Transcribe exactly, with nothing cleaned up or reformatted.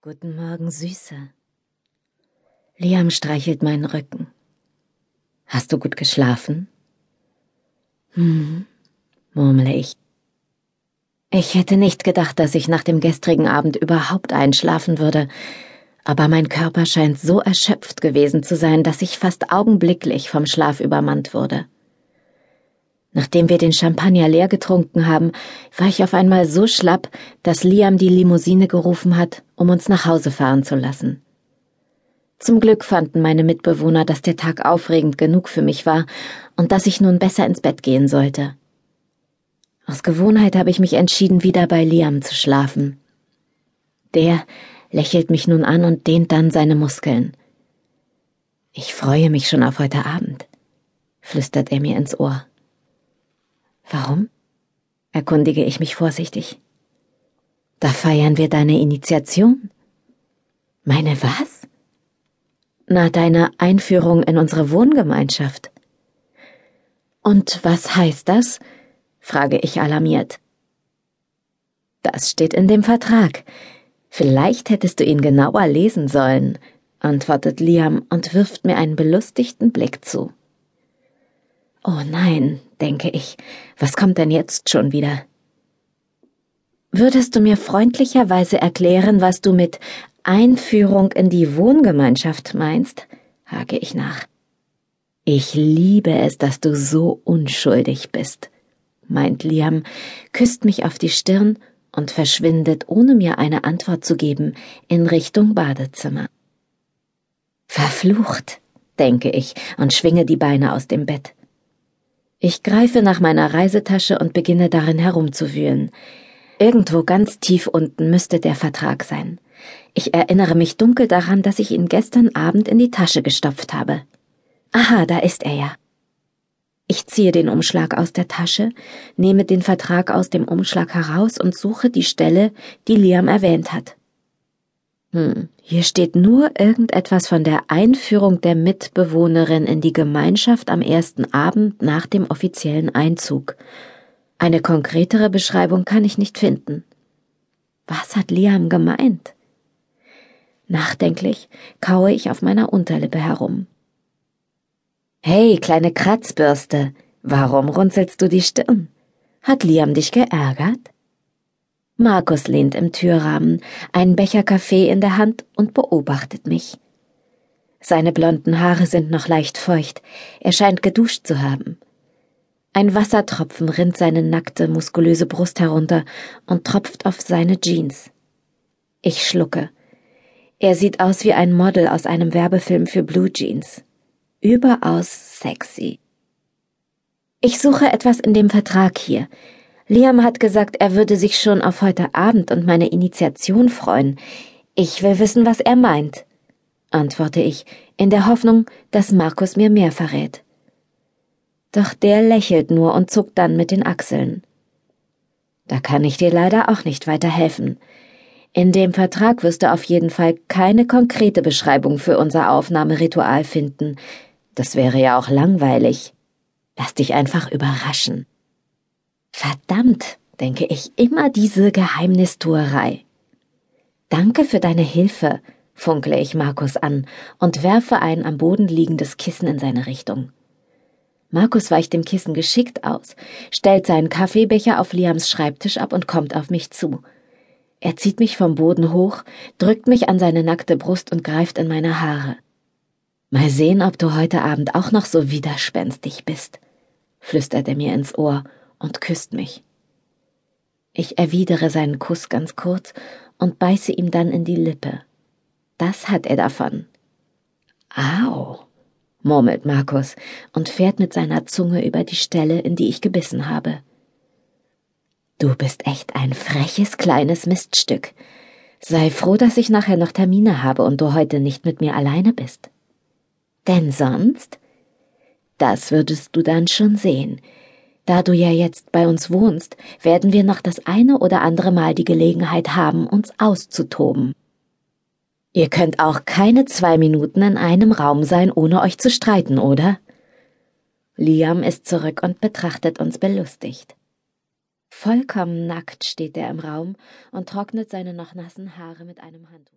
Guten Morgen, Süße. Liam streichelt meinen Rücken. Hast du gut geschlafen? Hm, murmle ich. Ich hätte nicht gedacht, dass ich nach dem gestrigen Abend überhaupt einschlafen würde, aber mein Körper scheint so erschöpft gewesen zu sein, dass ich fast augenblicklich vom Schlaf übermannt wurde. Nachdem wir den Champagner leer getrunken haben, war ich auf einmal so schlapp, dass Liam die Limousine gerufen hat, um uns nach Hause fahren zu lassen. Zum Glück fanden meine Mitbewohner, dass der Tag aufregend genug für mich war und dass ich nun besser ins Bett gehen sollte. Aus Gewohnheit habe ich mich entschieden, wieder bei Liam zu schlafen. Der lächelt mich nun an und dehnt dann seine Muskeln. Ich freue mich schon auf heute Abend, flüstert er mir ins Ohr. Warum? Erkundige ich mich vorsichtig. Da feiern wir deine Initiation. Meine was? Na, deine Einführung in unsere Wohngemeinschaft. Und was heißt das? Frage ich alarmiert. Das steht in dem Vertrag. Vielleicht hättest du ihn genauer lesen sollen, antwortet Liam und wirft mir einen belustigten Blick zu. Oh nein, denke ich, was kommt denn jetzt schon wieder? Würdest du mir freundlicherweise erklären, was du mit Einführung in die Wohngemeinschaft meinst? Hake ich nach. Ich liebe es, dass du so unschuldig bist, meint Liam, küsst mich auf die Stirn und verschwindet, ohne mir eine Antwort zu geben, in Richtung Badezimmer. Verflucht, denke ich und schwinge die Beine aus dem Bett. Ich greife nach meiner Reisetasche und beginne darin herumzuwühlen. Irgendwo ganz tief unten müsste der Vertrag sein. Ich erinnere mich dunkel daran, dass ich ihn gestern Abend in die Tasche gestopft habe. Aha, da ist er ja. Ich ziehe den Umschlag aus der Tasche, nehme den Vertrag aus dem Umschlag heraus und suche die Stelle, die Liam erwähnt hat. Hm, hier steht nur irgendetwas von der Einführung der Mitbewohnerin in die Gemeinschaft am ersten Abend nach dem offiziellen Einzug. Eine konkretere Beschreibung kann ich nicht finden. Was hat Liam gemeint? Nachdenklich kaue ich auf meiner Unterlippe herum. Hey, kleine Kratzbürste, warum runzelst du die Stirn? Hat Liam dich geärgert? Markus lehnt im Türrahmen, einen Becher Kaffee in der Hand und beobachtet mich. Seine blonden Haare sind noch leicht feucht, er scheint geduscht zu haben. Ein Wassertropfen rinnt seine nackte, muskulöse Brust herunter und tropft auf seine Jeans. Ich schlucke. Er sieht aus wie ein Model aus einem Werbefilm für Blue Jeans. Überaus sexy. Ich suche etwas in dem Vertrag hier. Liam hat gesagt, er würde sich schon auf heute Abend und meine Initiation freuen. Ich will wissen, was er meint, antworte ich, in der Hoffnung, dass Markus mir mehr verrät. Doch der lächelt nur und zuckt dann mit den Achseln. Da kann ich dir leider auch nicht weiterhelfen. In dem Vertrag wirst du auf jeden Fall keine konkrete Beschreibung für unser Aufnahmeritual finden. Das wäre ja auch langweilig. Lass dich einfach überraschen. Verdammt, denke ich, immer diese Geheimnistuerei. Danke für deine Hilfe, funkle ich Markus an und werfe ein am Boden liegendes Kissen in seine Richtung. Markus weicht dem Kissen geschickt aus, stellt seinen Kaffeebecher auf Liams Schreibtisch ab und kommt auf mich zu. Er zieht mich vom Boden hoch, drückt mich an seine nackte Brust und greift in meine Haare. Mal sehen, ob du heute Abend auch noch so widerspenstig bist, flüstert er mir ins Ohr und küsst mich. Ich erwidere seinen Kuss ganz kurz und beiße ihm dann in die Lippe. Das hat er davon. Au, murmelt Markus und fährt mit seiner Zunge über die Stelle, in die ich gebissen habe. Du bist echt ein freches kleines Miststück. Sei froh, dass ich nachher noch Termine habe und du heute nicht mit mir alleine bist. Denn sonst? Das würdest du dann schon sehen. Da du ja jetzt bei uns wohnst, werden wir noch das eine oder andere Mal die Gelegenheit haben, uns auszutoben. Ihr könnt auch keine zwei Minuten in einem Raum sein, ohne euch zu streiten, oder? Liam ist zurück und betrachtet uns belustigt. Vollkommen nackt steht er im Raum und trocknet seine noch nassen Haare mit einem Handtuch.